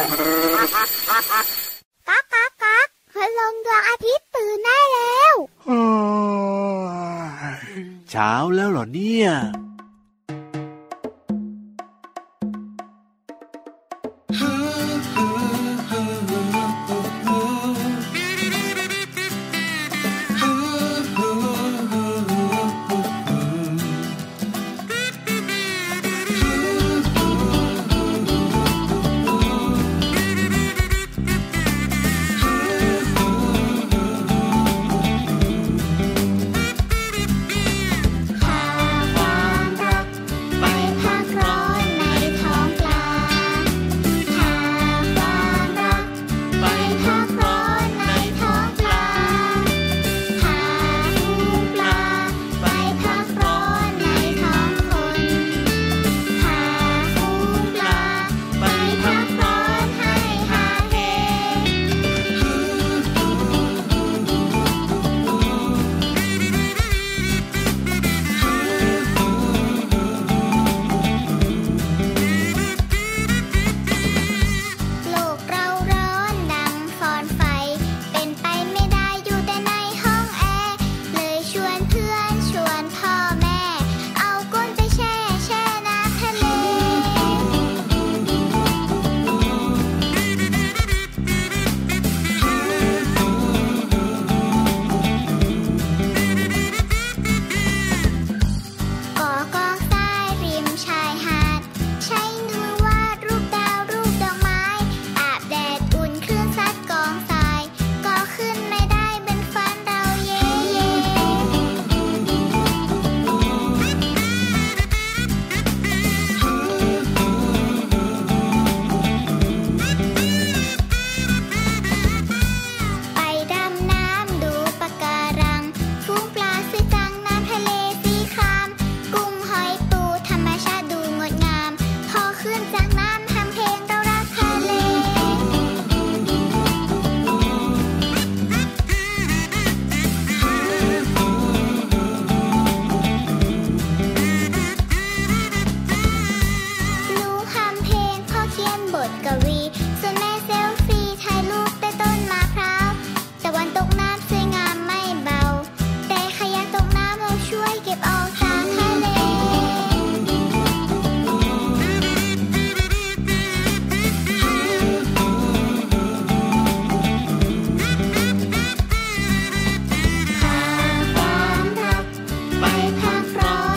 ก๊ากก๊ากก๊ากพลังดวงอาทิตย์ตื่นได้แล้วเช้าแล้วเหรอเนี่ย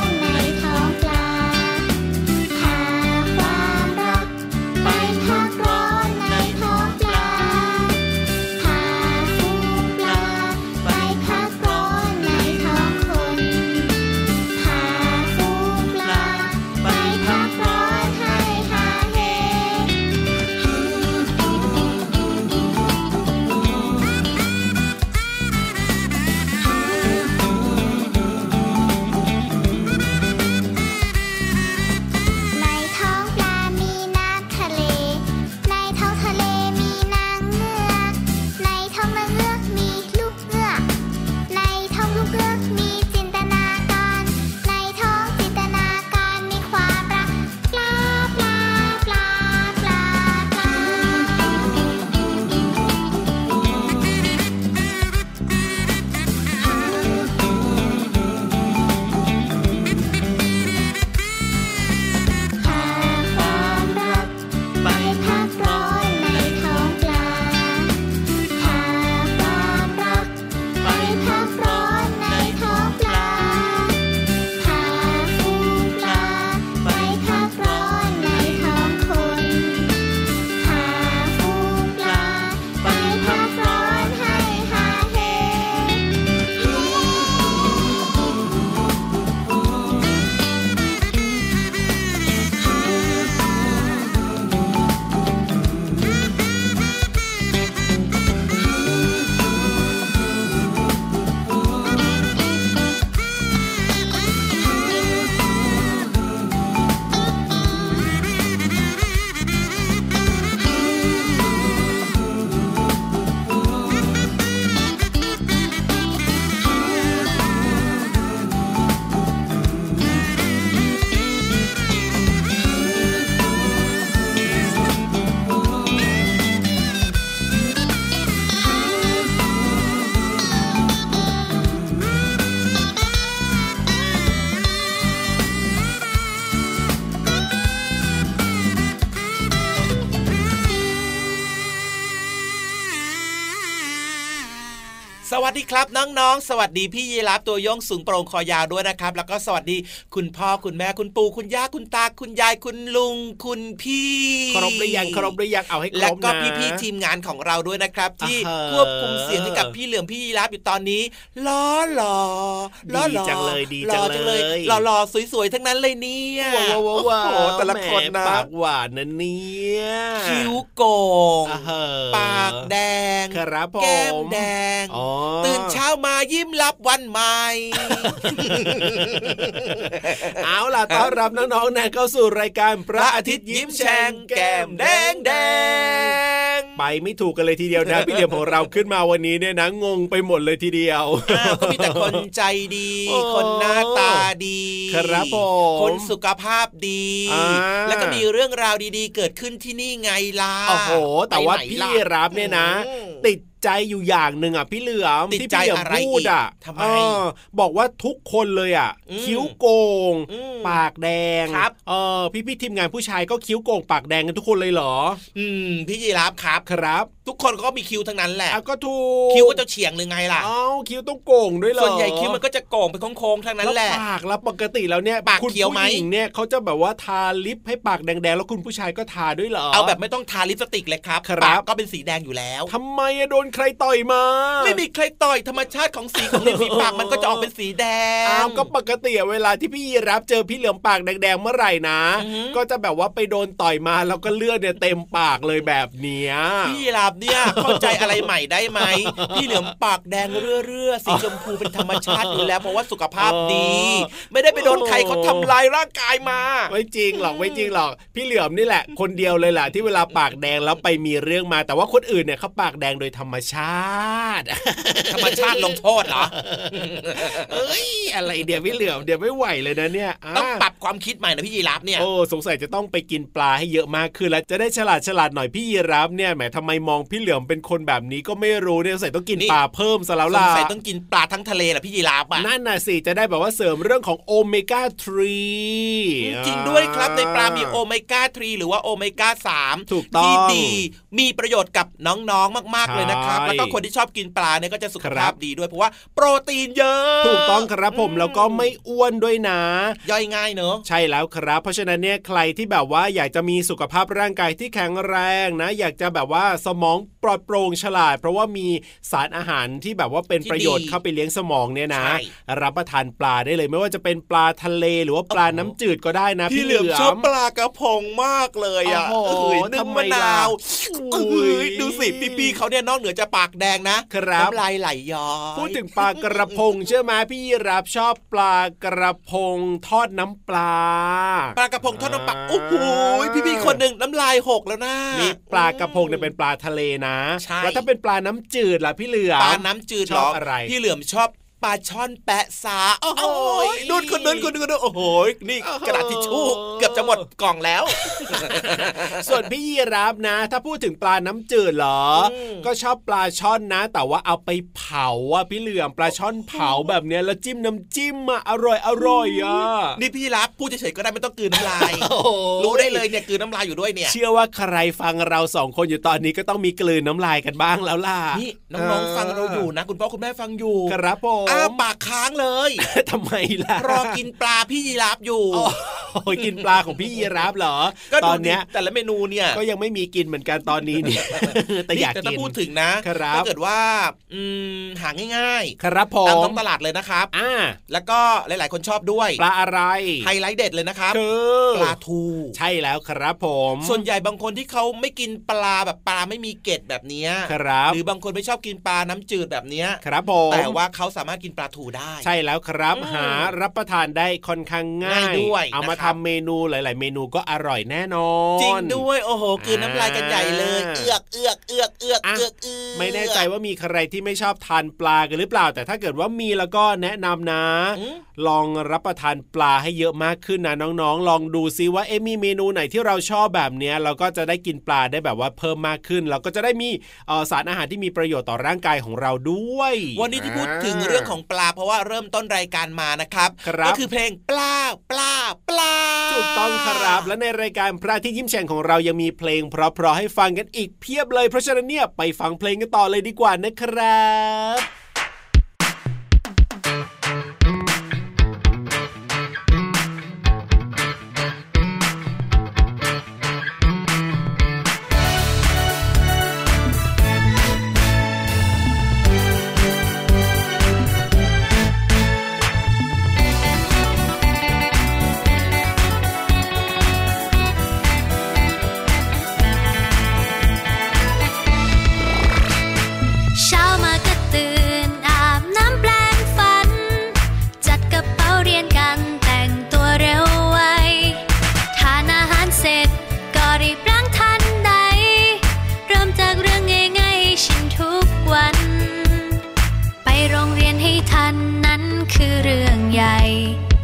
หาความรักไปพักร้อนสวัสดีครับน้องๆสวัสดีพี่ยีราฟตัวย่องสูงโปร่งคอยาวด้วยนะครับแล้วก็สวัสดีคุณพ่อคุณแม่คุณปู่คุณย่าคุณตาคุณยายคุณลุงคุณพี่ครบหรือยังเอาให้ครบนะแล้วก็พี่ๆทีมงานของเราด้วยนะครับที่ควบคุมเสียงให้กับพี่เหลือมพี่ยีราฟอยู่ตอนนี้ล้อดีจังเลยหล่อสวยๆทั้งนั้นเลยเนี่ยว้าวแต่ละคนนะปากหวานนะเนี่ยคิ้วโก่งปากแดงแก้มแดงตื่นเช้ามายิ้มรับวันใหม่เอาล่ะต้อนรับน้องๆนะเข้าสู่รายการพระอาทิตย์ยิ้มแฉ่งแก้มแดงไปไม่ถูกกันเลยทีเดียวนะพี่เหลี่ยมของเราขึ้นมาวันนี้เนี่ยนะงงไปหมดเลยทีเดียวก็มีแต่คนใจดีคนหน้าตาดีครับผมคนสุขภาพดีแล้วก็มีเรื่องราวดีๆเกิดขึ้นที่นี่ไงล่ะโอ้โหแต่ว่าพี่รับเนี่ยนะติดใจอยู่อย่างหนึ่งอ่ะพี่เหลือมที่พี่เหลือมพูดอ่ะบอกว่าทุกคนเลยอ่ะคิ้วโก่งปากแดงพี่ทีมงานผู้ชายก็คิ้วโก่งปากแดงกันทุกคนเลยเหรอพี่ยีราฟครับทุกคนก็มีคิ้วทั้งนั้นแหละก็ถูกคิ้วก็จะเฉียงหรือไงล่ะคิ้วต้องโก่งด้วยเหรอส่วนใหญ่คิ้วมันก็จะโก่งเป็นโค้งๆทั้งนั้นแหละปากแล้วปกติแล้วเนี่ยปากเขียวไหมผู้หญิงเนี่ยเขาจะแบบว่าทาลิปให้ปากแดงๆแล้วคุณผู้ชายก็ทาด้วยเหรอเอาแบบไม่ต้องทาลิปสติกเลยครับปากก็เป็นสีแดงอยู่แล้วทำไมโดนใครต่อยมาไม่มีใครต่อยธรรมชาติของสีของริมฝีปากมันก็จะออกเป็นสีแดงก็ปกติเวลาที่พี่ยีรับเจอพี่เหลือมปากแดงๆเมื่อไหร่นะก็จะแบบว่าไปโดนต่อยมาแล้วก็เลือดเนี่ยเต็มปากเลยแบบเนี้ยพี่ยีรับเนี่ยเข้าใจอะไรใหม่ได้ไหมพี่เหลือมปากแดงเรื่อสีชมพูเป็นธรรมชาติอยู่แล้วเพราะว่าสุขภาพดีไม่ได้ไปโดนใครเขาทำลายร่างกายมาไม่จริงหรอกพี่เหลือมนี่แหละคนเดียวเลยแหละที่เวลาปากแดงแล้วไปมีเรื่องมาแต่ว่าคนอื่นเนี่ยเขาปากแดงโดยธรรมชาติลงโทษเหรออะไรเดี๋ยวพี่เหลือมเดี๋ยวไม่ไหวเลยนะเนี่ยต้องปรับความคิดใหม่นะพี่ยีราฟเนี่ยสงสัยจะต้องไปกินปลาให้เยอะมากขึ้นแล้วจะได้ฉลาดหน่อยพี่ยีราฟเนี่ยแหมทำไมมองพี่เหลือมเป็นคนแบบนี้ก็ไม่รู้เนี่ยสงสัยต้องกินปลาเพิ่มซะแล้วล่ะสงสัยต้องกินปลาทั้งทะเลแหละพี่ยีราฟนั่นน่ะสิจะได้แบบว่าเสริมเรื่องของโอเมก้า3 จริงด้วยครับในปลามีโอเมก้า3หรือว่าโอเมก้า3 ถูกต้องที่ดีมีประโยชน์กับน้องๆมากๆเลยนะครับแล้วก็คนที่ชอบกินปลาเนี่ยก็จะสุขภาพดีด้วยเพราะว่าโปรตีนเยอะถูกต้องครับผมแล้วก็ไม่อ้วนด้วยนะย่อยง่ายเนอะใช่แล้วครับเพราะฉะนั้นเนี่ยใครที่แบบว่าอยากจะมีสุขภาพร่างกายที่แข็งแรงนะอยากจะแบบว่าสมองปลอดโปร่งฉลาดเพราะว่ามีสารอาหารที่แบบว่าเป็นประโยชน์เข้าไปเลี้ยงสมองเนี่ยนะรับประทานปลาได้เลยไม่ว่าจะเป็นปลาทะเลหรือว่าปลาน้ำจืดก็ได้นะพี่เหลือมชอบปลากระพงมากเลยอ่ะนึ่งมะนาวดูสิพี่ๆเขาเนี่ยนอกเหนือจะปากแดงนะน้ำลายไหลย้อยพูดถึงปลากระพงใช่ไหมพี่รับชอบปลากระพงทอดน้ำปลากระพงทอดน้ำปลาโอ้โหพี่ๆคนหนึ่งน้ำลายหกแล้วนะนี่ปลากระพงเนี่ยเป็นปลาทะเลนะแล้วถ้าเป็นปลาน้ำจืดล่ะพี่เหลือมปลาน้ำจืดชอบอะไรพี่เหลือมชอบปลาช่อนแปะซาโอ้โหดูดคนโอ้โหนี่กระดาษทิชชู่เกือบจะหมดกล่องแล้วส่วนพี่ยีรับนะถ้าพูดถึงปลาน้ำจืดเหรอก็ชอบปลาช่อนนะแต่ว่าเอาไปเผาพี่เหลือมปลาช่อนเผาแบบเนี้ยแล้วจิ้มน้ำจิ้มอร่อยอ่ะนี่พี่รับพูดเฉยๆก็ได้ไม่ต้องกลืนน้ำลายรู้ได้เลยเนี่ยกลืนน้ำลายอยู่ด้วยเนี่ยเชื่อว่าใครฟังเรา2คนอยู่ตอนนี้ก็ต้องมีกลืนน้ำลายกันบ้างแล้วล่ะนี่น้องๆฟังเราอยู่นะคุณพ่อคุณแม่ฟังอยู่ครับผมปากค้างเลยทำไมล่ะรอกินปลาพี่ยีราฟอยู่กินปลาของพี่ยีราฟเหรอตอนเนี้ยแต่ละเมนูเนี่ยก็ยังไม่มีกินเหมือนกันตอนนี้เนี่ยแต่อยากกินถ้าพูดถึงนะถ้าเกิดว่าหาง่ายๆครับผมตามท้องตลาดเลยนะครับแล้วก็หลายๆคนชอบด้วยปลาอะไรไฮไลท์เด็ดเลยนะครับปลาทูใช่แล้วครับผมส่วนใหญ่บางคนที่เขาไม่กินปลาแบบปลาไม่มีเกล็ดแบบนี้หรือบางคนไม่ชอบกินปลาน้ำจืดแบบนี้ครับผมแต่ว่าเขาสามารถกินปลาทูได้ใช่แล้วครับหารับประทานได้ค่อนข้างง่ายด้วยเอามาทำเมนูหลายๆเมนูก็อร่อยแน่นอนจริงด้วยโอ้โหกินน้ำลายกันใหญ่เลยเอือกไม่แน่ใจว่ามีใครที่ไม่ชอบทานปลากันหรือเปล่าแต่ถ้าเกิดว่ามีแล้วก็แนะนำนะลองรับประทานปลาให้เยอะมากขึ้นนะน้องๆลองดูซิว่ามีเมนูไหนที่เราชอบแบบนี้เราก็จะได้กินปลาได้แบบว่าเพิ่มมากขึ้นเราก็จะได้มีสารอาหารที่มีประโยชน์ต่อร่างกายของเราด้วยวันนี้ที่พูดถึงเรื่องของปลาเพราะว่าเริ่มต้นรายการมานะครับก็คือเพลงปลาถูกต้องครับและในรายการพระอาทิตย์ยิ้มแฉ่งของเรายังมีเพลงเพราะๆให้ฟังกันอีกเพียบเลยเพราะฉะนั้นเนี่ยไปฟังเพลงกันต่อเลยดีกว่านะครับ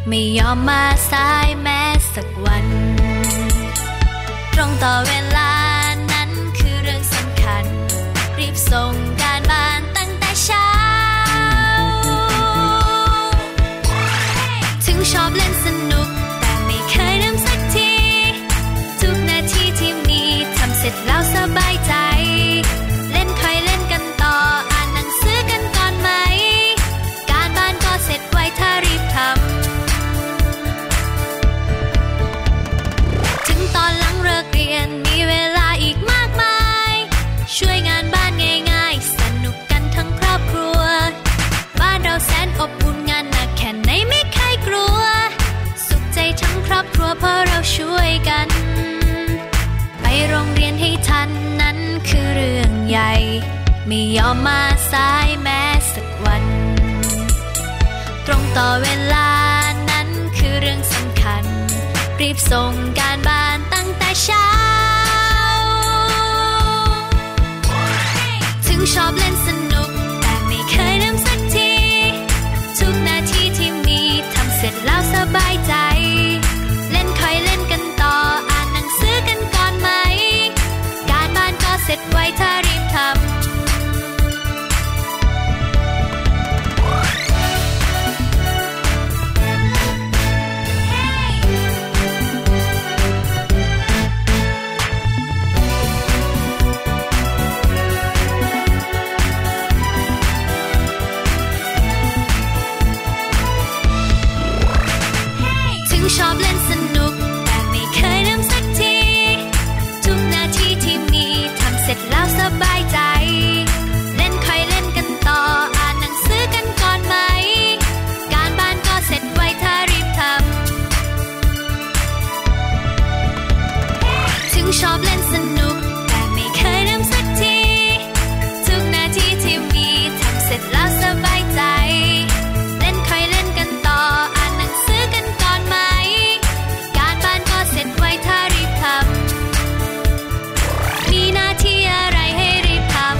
ไม่ยอมมาสายแม้สักวันตรงต่อเวลานั้นคือเรื่องสำคัญรีบส่งการบ้านตั้งแต่เช้าถึงชอบเล่นสนุกแต่ไม่เคยลืมสักทีทุกนาทีที่มีทำเสร็จแล้วสบายใจเล่นค่อยเล่นกันต่ออ่านหนังสือกันก่อนไหมการบ้านก็เสร็จไวถ้ารีบทำถึงตอนหลังเลิกเรียนมีเวลาอีกมากมายช่วยงานบ้านง่ายๆสนุกกันทั้งครอบครัวบ้านเราแสนอบอุ่นงานหนักแค่ไหนไม่เคยกลัวสุขใจทั้งครอบครัวเพราะเราช่วยกันไปโรงเรียนให้ทันนั้นคือเรื่องใหญ่ไม่ยอมมาสายแม้สักวันตรงต่อเวลานั้นคือเรื่องสำคัญรีบส่งการบ้านตั้งแต่เช้าถึงชอบเล่นสนุกแต่ไม่เคยลืมสักทีทุกนาทีที่มีทำเสร็จแล้วสบายใจเล่นค่อยเล่นกันต่ออ่านหนังสือกันก่อนไหมการบ้านก็เสร็จไวถ้ารีบทำชอบเล่นสนุกแต่ไม่เคยลืมสักทีทุกนาทีที่มีทำเสร็จแล้วสบายใจเล่นค่อยเล่นกันต่ออ่านหนังสือกันก่อนไหมการบ้านก็เสร็จไวถ้ารีบทำถึงชอบเล่นสนุกแต่ไม่เคยลืมสักทีทุกนาทีที่มีทำเสร็จแล้วสบายใจเล่นค่อยเล่นกันต่ออ่านหนังสือกันก่อนไหมการบ้านก็เสร็จไวถ้ารีบทำมีหน้าที่อะไรให้รีบทำ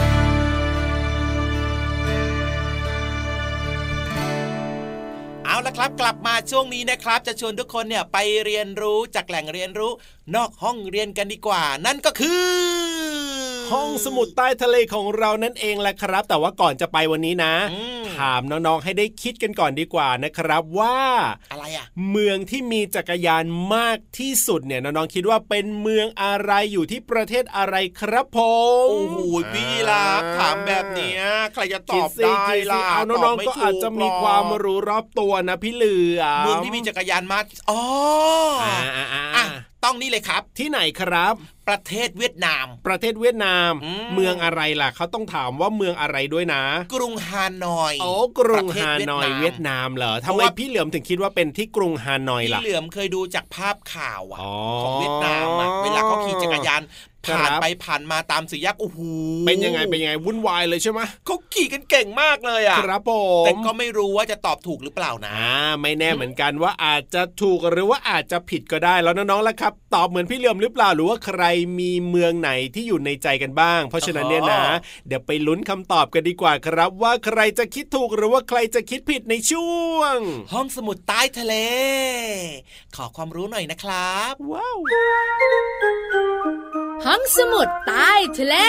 เอาละครับกลับมาช่วงนี้นะครับจะชวนทุกคนเนี่ยไปเรียนรู้จากแหล่งเรียนรู้นอกห้องเรียนกันดีกว่านั่นก็คือห้องสมุดใต้ทะเลของเรานั่นเองแหละครับแต่ว่าก่อนจะไปวันนี้นะถามน้องๆให้ได้คิดกันก่อนดีกว่านะครับว่าอะไรอ่ะเมืองที่มีจักรยานมากที่สุดเนี่ยน้องๆคิดว่าเป็นเมืองอะไรอยู่ที่ประเทศอะไรครับผมโอ้โหพี่ลาบถามแบบนี้ใครจะตอบได้ล่ะเอาน้องๆก็อาจจะมีความรู้รอบตัวนะพี่เหลือเมืองที่มีจักรยานมากอ๋อต้องนี่เลยครับที่ไหนครับประเทศเวียดนามประเทศเวียดนามเมืองอะไรล่ะเขาต้องถามว่าเมืองอะไรด้วยนะกรุงฮานอยโอ้กรุงฮานอยเวียดนามเหรอทำไมพี่เหลือมถึงคิดว่าเป็นที่กรุงฮานอยล่ะพี่เหลือมเคยดูจากภาพข่าวของเวียดนามเวลาเขาขี่จักรยานผ่านไปผ่านมาตามสี่แยกโอ้โหเป็นยังไงวุ่นวายเลยใช่ไหมเขาขี่กันเก่งมากเลยอ่ะครับผมแต่ก็ไม่รู้ว่าจะตอบถูกหรือเปล่านะไม่แน่เหมือนกันว่าอาจจะถูกหรือว่าอาจจะผิดก็ได้แล้วน้องๆล่ะครับตอบเหมือนพี่เหลือมหรือเปล่าหรือว่าใครมีเมืองไหนที่อยู่ในใจกันบ้างเพราะฉะนั้นเนี่ยนะเดี๋ยวไปลุ้นคำตอบกันดีกว่าครับว่าใครจะคิดถูกหรือว่าใครจะคิดผิดในช่วงห้องสมุดใต้ทะเลขอความรู้หน่อยนะครับว้าวห้องสมุดใต้ทะเล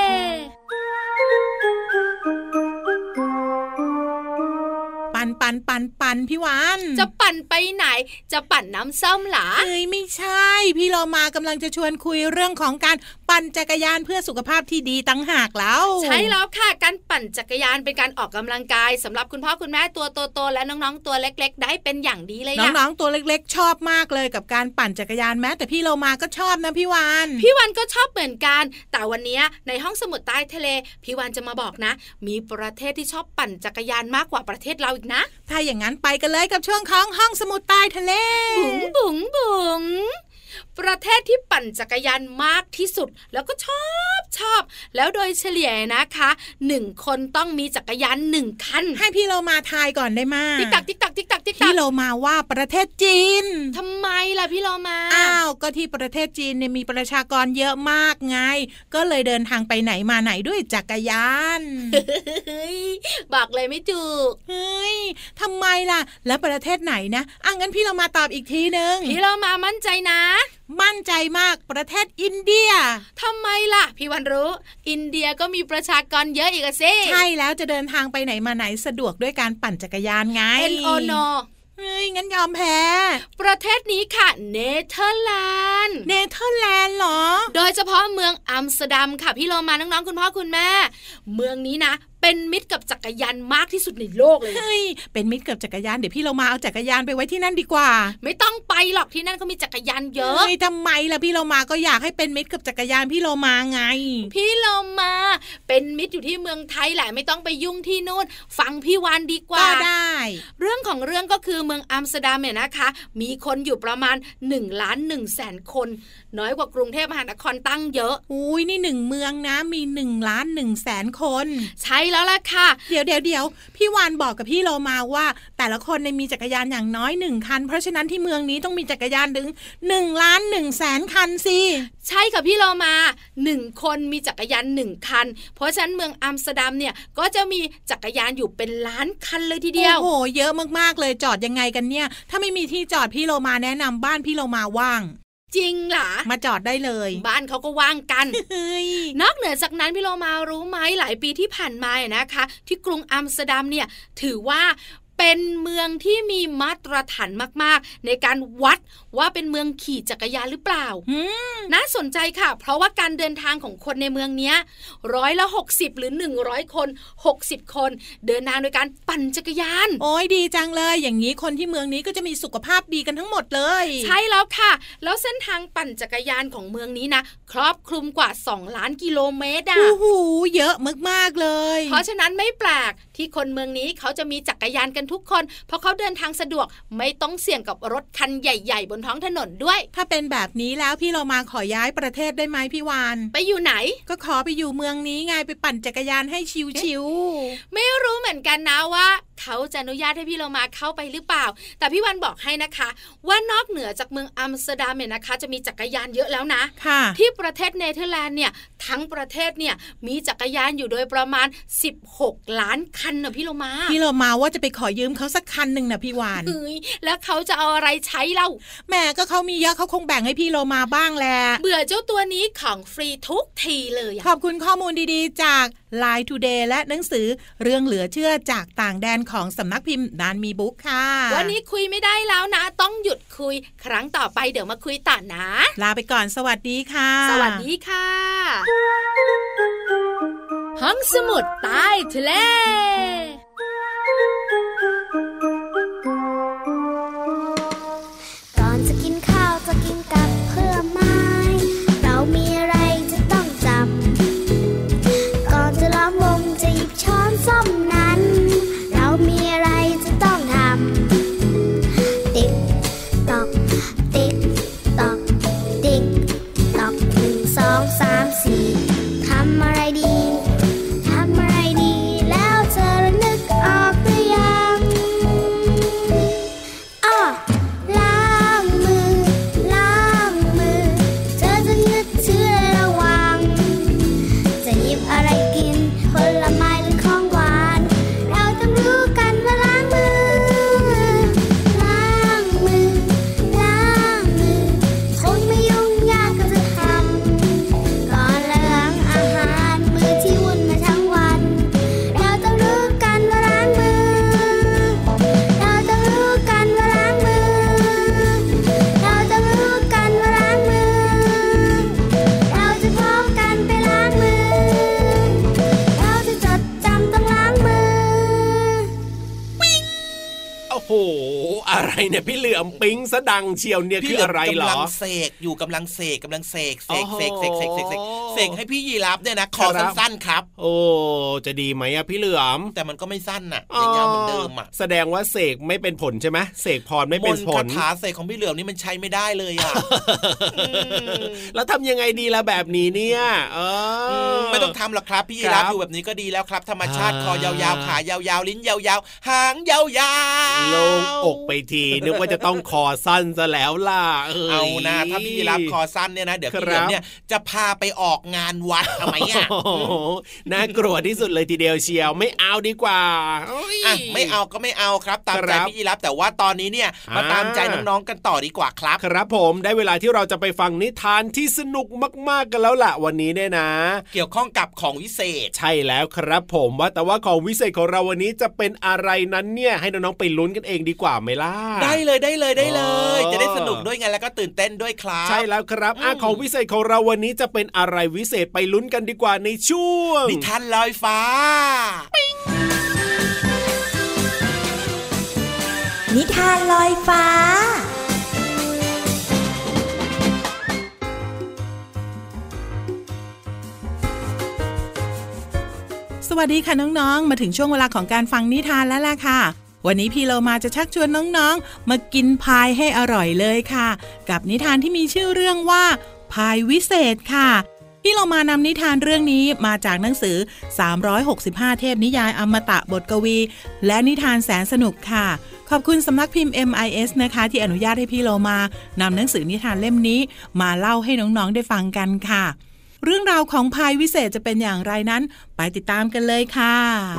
ปั่นพี่วานจะปั่นไปไหนจะปั่นน้ำส้มหรอไม่ใช่พี่โลมากำลังจะชวนคุยเรื่องของการปั่นจักรยานเพื่อสุขภาพที่ดีตั้งหากแล้วใช่แล้วค่ะการปั่นจักรยานเป็นการออกกำลังกายสำหรับคุณพ่อคุณแม่ตัวโตๆและน้องๆตัวเล็กๆได้เป็นอย่างดีเลยน้องๆตัวเล็กๆชอบมากเลยกับการปั่นจักรยานแม้แต่พี่โลมาก็ชอบนะพี่วานก็ชอบเหมือนกันแต่วันนี้ในห้องสมุดใต้ทะเลพี่วานจะมาบอกนะมีประเทศที่ชอบปั่นจักรยานมากกว่าประเทศเราอีกนะถ้าอย่างนั้นไปกันเลยกับช่วงของห้องสมุดใต้ทะเลบุ๋งประเทศที่ปั่นจักรยานมากที่สุดแล้วก็ชอบแล้วโดยเฉลี่ยนะคะ1คนต้องมีจักรยาน1คันให้พี่เรามาทายก่อนได้มั้ยติ๊กตักติ๊กตักติ๊กตักติ๊กตักพี่เรามาว่าประเทศจีนทำไมล่ะพี่เรามาอ้าวก็ที่ประเทศจีนเนี่ยมีประชากรเยอะมากไงก็เลยเดินทางไปไหนมาไหนด้วยจักรยานบอกเลยไม่ถูกเฮ้ยทำไมล่ะแล้วประเทศไหนนะงั้นพี่เรามาตอบอีกทีนึงพี่เรามามั่นใจนะมั่นใจมากประเทศอินเดียทำไมล่ะพี่วันรู้อินเดียก็มีประชากรเยอะอีกสิใช่แล้วจะเดินทางไปไหนมาไหนสะดวกด้วยการปั่นจักรยานไง no เฮ้ยงั้นยอมแพ้ประเทศนี้ค่ะเนเธอร์แลนด์เหรอโดยเฉพาะเมืองอัมสเตอร์ดัมค่ะพี่โลมาน้องๆคุณพ่อคุณแม่เมืองนี้นะเป็นมิตรกับจักรยานมากที่สุดในโลกเลยเฮ้ยเป็นมิตรกับจักรยานเดี๋ยวพี่เรามาเอาจักรยานไปไว้ที่นั่นดีกว่าไม่ต้องไปหรอกที่นั่นเขามีจักรยานเยอะเฮ้ยทำไมล่ะพี่เรามาก็อยากให้เป็นมิตรกับจักรยานพี่เรามาไงพี่เรามาเป็นมิตรอยู่ที่เมืองไทยแหละไม่ต้องไปยุ่งที่นู่นฟังพี่วานดีกว่าก็ได้เรื่องของเรื่องก็คือเมืองอัมสเตอร์ดัมเนี่ยนะคะมีคนอยู่ประมาณ1,100,000 คนน้อยกว่ากรุงเทพมหานครตั้งเยอะอุ้ยนี่1เมืองนะมี1,100,000 คนใช่แล้วล่ะค่ะเดี๋ยวพี่วานบอกกับพี่โลมาว่าแต่ละคนมีจักรยานอย่างน้อย1คันเพราะฉะนั้นที่เมืองนี้ต้องมีจักรยานถึง1,100,000 คันสิใช่ค่ะพี่โลมา1คนมีจักรยาน1คันเพราะฉะนั้นเมืองอัมสเตอร์ดัมเนี่ยก็จะมีจักรยานอยู่เป็นล้านคันเลยทีเดียวโอ้โหเยอะมากๆเลยจอดยังไงกันเนี่ยถ้าไม่มีที่จอดพี่โลมาแนะนำบ้านพี่โลมาว่างจริงเหรอมาจอดได้เลยบ้านเขาก็ว่างกัน นอกเหนือจากนั้นพี่โลมารู้ไหมหลายปีที่ผ่านมานะคะที่กรุงอัมสเตอร์ดัมเนี่ยถือว่าเป็นเมืองที่มีมาตรฐานมากๆในการวัดว่าเป็นเมืองขี่จักรยานหรือเปล่าน่าสนใจค่ะเพราะว่าการเดินทางของคนในเมืองนี้60%หรือ100 คน60 คนเดินทางโดยการปั่นจักรยานโอ้ยดีจังเลยอย่างนี้คนที่เมืองนี้ก็จะมีสุขภาพดีกันทั้งหมดเลยใช่แล้วค่ะแล้วเส้นทางปั่นจักรยานของเมืองนี้นะครอบคลุมกว่า2 ล้านกิโลเมตรโอ้โหเยอะมากๆเลยเพราะฉะนั้นไม่แปลกที่คนเมืองนี้เขาจะมีจักรยานกันทุกคนเพราะเขาเดินทางสะดวกไม่ต้องเสี่ยงกับรถคันใหญ่ๆบนท้องถนนด้วยถ้าเป็นแบบนี้แล้วพี่เรามาขอย้ายประเทศได้ไหมพี่วานไปอยู่ไหนก็ขอไปอยู่เมืองนี้ไงไปปั่นจักรยานให้ชิวๆไม่รู้เหมือนกันนะว่าเขาจะอนุญาตให้พี่เรามาเข้าไปหรือเปล่าแต่พี่วานบอกให้นะคะว่านอกเหนือจากเมืองอัมสเตอร์ดัมเนี่ยนะคะจะมีจักรยานเยอะแล้วนะที่ประเทศเนเธอร์แลนด์เนี่ยทั้งประเทศเนี่ยมีจักรยานอยู่โดยประมาณ16 ล้านคันนะพี่เรามาว่าจะไปขอยืมเขาสักคันนึงนะพี่วานแล้วเขาจะเอาอะไรใช้เล่าแม่ก็เขามีเยอะเขาคงแบ่งให้พี่เรามาบ้างแหละเบื่อเจ้าตัวนี้ของฟรีทุกทีเลยขอบคุณข้อมูลดีๆจาก Line Today และหนังสือเรื่องเหลือเชื่อจากต่างแดนของสำนักพิมพ์ดานมีบุ๊กค่ะวันนี้คุยไม่ได้แล้วนะต้องหยุดคุยครั้งต่อไปเดี๋ยวมาคุยต่อนะลาไปก่อนสวัสดีค่ะสวัสดีค่ะห้องสมุดใต้ทะเลก่อนจะกินข้าวจะกินกับเพื่อไม้เรามีอะไรจะต้องจำก่อนจะล้อมวงจะหยิบช้อนส้อมนั้นเรามีอะไรจะต้องทำติ๊กตอกติ๊กตอกติ๊กตอก1 2 3 4ทำอะไรดีแล้วเธอนึกออกหรือยังล้างมือเธอจะนึกถึงระวังจะหยิบอะไรกินผลไม้หรือของหวานเราต้องรู้กันว่าล้างมือคงไม่ยุ่งยากก็จะทำก่อนล้างอาหารมือที่วุ่นมาทั้งวันเราต้องรู้กันว่าล้างมือเราจะพร้อมกันไปล้างมือเราจะจดจำต้องล้างมือโอ้โหอะไรเนี่ยพี่เหลือมปิ๊งซะดังเชียวเนี่ยคืออะไรเหรอกำลังเสกอยู่กำลังเสกให้พี่ยีราฟเนี่ยนะขอสั้นๆครับโอ้จะดีไหมอะพี่เหลือมแต่มันก็ไม่สั้นน่ะยาวเหมือนเดิมอะแสดงว่าเสกไม่เป็นผลใช่ไหมเสกพรไม่เป็นผลมนต์คาถาเสกของพี่เหลือมนี่มันใช้ไม่ได้เลยอะแล้วทำยังไงดีล่ะแบบนี้เนี่ยไม่ต้องทำหรอกครับพี่ยีราฟอยู่แบบนี้ก็ดีแล้วครับธรรมชาติคอยาวๆขายาวๆลิ้นยาวๆหางยาวๆโล่งอกไปทีนึกว่าจะต้องคอสั้นซะแล้วล่ะเอานะถ้าพี่ยีราฟคอสั้นเนี่ยนะเดี๋ยวพี่เหลือมเนี่ยจะพาไปออกงานวัดทำไมอ่ะน่ากลัวที่สุดเลยทีเดียวเชียวไม่เอาดีกว่าไม่เอาก็ไม่เอาครับตามใจพี่ยีราฟแต่ว่าตอนนี้เนี่ยมาตามใจน้องๆกันต่อดีกว่าครับครับผมได้เวลาที่เราจะไปฟังนิทานที่สนุกมากๆกันแล้วล่ะวันนี้เนี่ยนะเกี่ยวข้องกับของวิเศษใช่แล้วครับผมว่าแต่ว่าของวิเศษของเราวันนี้จะเป็นอะไรนั้นเนี่ยให้น้องๆไปลุ้นกันเองดีกว่าไหมล่ะได้เลยจะได้สนุกด้วยไงแล้วก็ตื่นเต้นด้วยครับใช่แล้วครับของวิเศษของเราวันนี้จะเป็นอะไรวิเศษไปลุ้นกันดีกว่าในช่วงนิทานลอยฟ้านิทานลอยฟ้าสวัสดีค่ะน้องๆมาถึงช่วงเวลาของการฟังนิทานแล้วล่ะค่ะวันนี้พี่เรามาจะชักชวนน้องๆมากินพายให้อร่อยเลยค่ะกับนิทานที่มีชื่อเรื่องว่าพายวิเศษค่ะพี่เรามานำนิทานเรื่องนี้มาจากหนังสือ365เทพนิยายอมตะบทกวีและนิทานแสนสนุกค่ะขอบคุณสำนักพิมพ์ MIS นะคะที่อนุญาตให้พี่เรามานำหนังสือนิทานเล่มนี้มาเล่าให้น้องๆได้ฟังกันค่ะเรื่องราวของพายวิเศษจะเป็นอย่างไรนั้นไปติดตามกันเลยค่ะ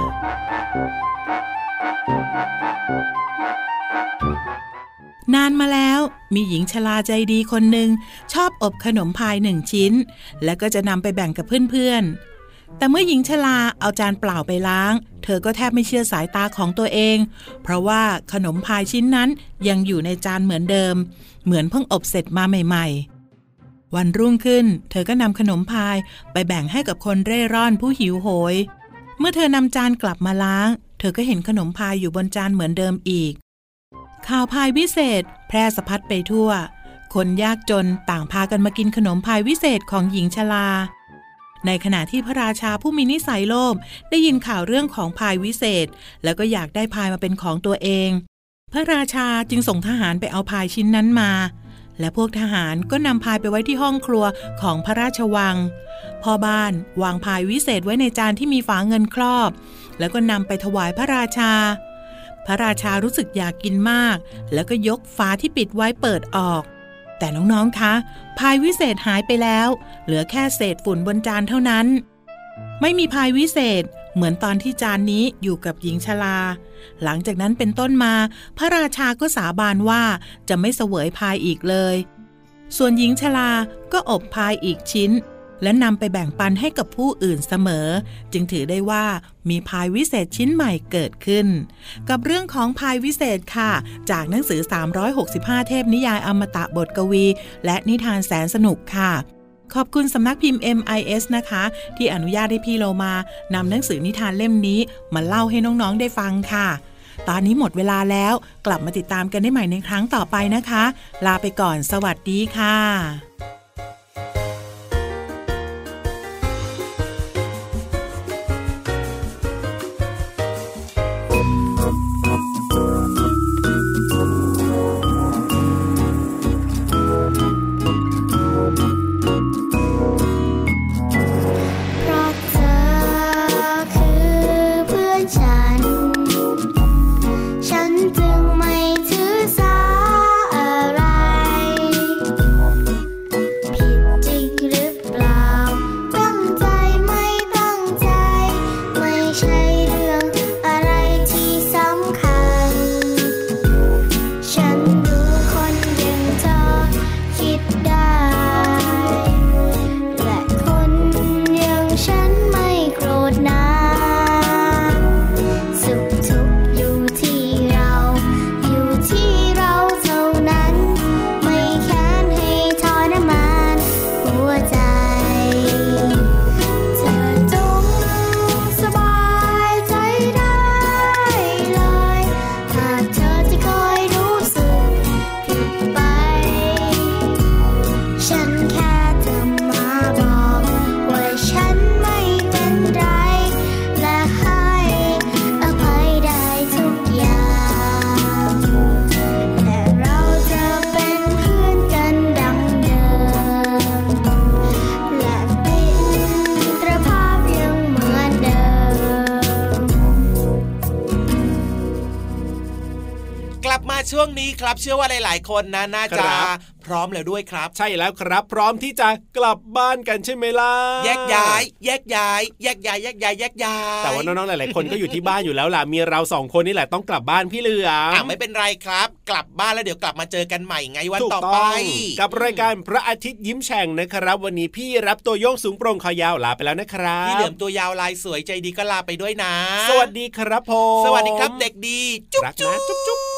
นานมาแล้วมีหญิงชราใจดีคนหนึ่งชอบอบขนมพาย1ชิ้นแล้วก็จะนำไปแบ่งกับเพื่อนๆแต่เมื่อหญิงชราเอาจานเปล่าไปล้างเธอก็แทบไม่เชื่อสายตาของตัวเองเพราะว่าขนมพายชิ้นนั้นยังอยู่ในจานเหมือนเดิมเหมือนเพิ่งอบเสร็จมาใหม่ๆวันรุ่งขึ้นเธอก็นำขนมพายไปแบ่งให้กับคนเร่ร่อนผู้หิวโหยเมื่อเธอนำจานกลับมาล้างเธอก็เห็นขนมพายอยู่บนจานเหมือนเดิมอีกข่าวพายวิเศษแพร่สะพัดไปทั่วคนยากจนต่างพากันมากินขนมพายวิเศษของหญิงชราในขณะที่พระราชาผู้มีนิสัยโลภได้ยินข่าวเรื่องของพายวิเศษแล้วก็อยากได้พายมาเป็นของตัวเองพระราชาจึงส่งทหารไปเอาพายชิ้นนั้นมาและพวกทหารก็นำพายไปไว้ที่ห้องครัวของพระราชวังพ่อบ้านวางพายวิเศษไว้ในจานที่มีฝาเงินครอบแล้วก็นำไปถวายพระราชาพระราชารู้สึกอยากกินมากแล้วก็ยกฝาที่ปิดไว้เปิดออกแต่น้องๆคะพายวิเศษหายไปแล้วเหลือแค่เศษฝุ่นบนจานเท่านั้นไม่มีพายวิเศษเหมือนตอนที่จานนี้อยู่กับหญิงชราหลังจากนั้นเป็นต้นมาพระราชาก็สาบานว่าจะไม่เสวยพายอีกเลยส่วนหญิงชราก็อบพายอีกชิ้นและนำไปแบ่งปันให้กับผู้อื่นเสมอจึงถือได้ว่ามีพายวิเศษชิ้นใหม่เกิดขึ้นกับเรื่องของพายวิเศษค่ะจากหนังสือ365เทพนิยายอมตะบทกวีและนิทานแสนสนุกค่ะขอบคุณสำนักพิมพ์ MIS นะคะที่อนุญาตให้พี่โลมานำหนังสือนิทานเล่มนี้มาเล่าให้น้องๆได้ฟังค่ะตอนนี้หมดเวลาแล้วกลับมาติดตามกันได้ใหม่ในครั้งต่อไปนะคะลาไปก่อนสวัสดีค่ะเช่วงนี้ครับเชื่อว่าหลายๆคนนะน่าจะพร้อมแล้วด้วยครับใช่แล้วครับพร้อมที่จะกลับบ้านกันใช่ไหมล่ะแยกย้ายแยกย้ายแยกย้ายแยกย้ายแยกย้ายแต่ว่าน้องๆหลายๆคนก็อยู่ที่บ้านอยู่แล้วล่ะมีเรา2คนนี่แหละต้องกลับบ้านพี่เหลือมไม่เป็นไรครับกลับบ้านแล้วเดี๋ยวกลับมาเจอกันใหม่ไงวันต่อไปกับรายการพระอาทิตย์ยิ้มแฉ่งนะครับวันนี้พี่รับตัวโยงสูงโปร่งคอยาวลาไปแล้วนะครับพี่เหลือมตัวยาวลายสวยใจดีก็ลาไปด้วยนะสวัสดีครับผมสวัสดีครับเด็กดีจุ๊บจุ๊บจุ๊บ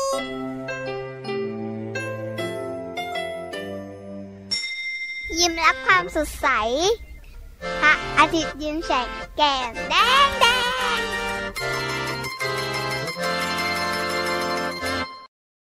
ยิ้มรับความสดใสพระอาทิตย์ยิ้มแฉกแก้มแดง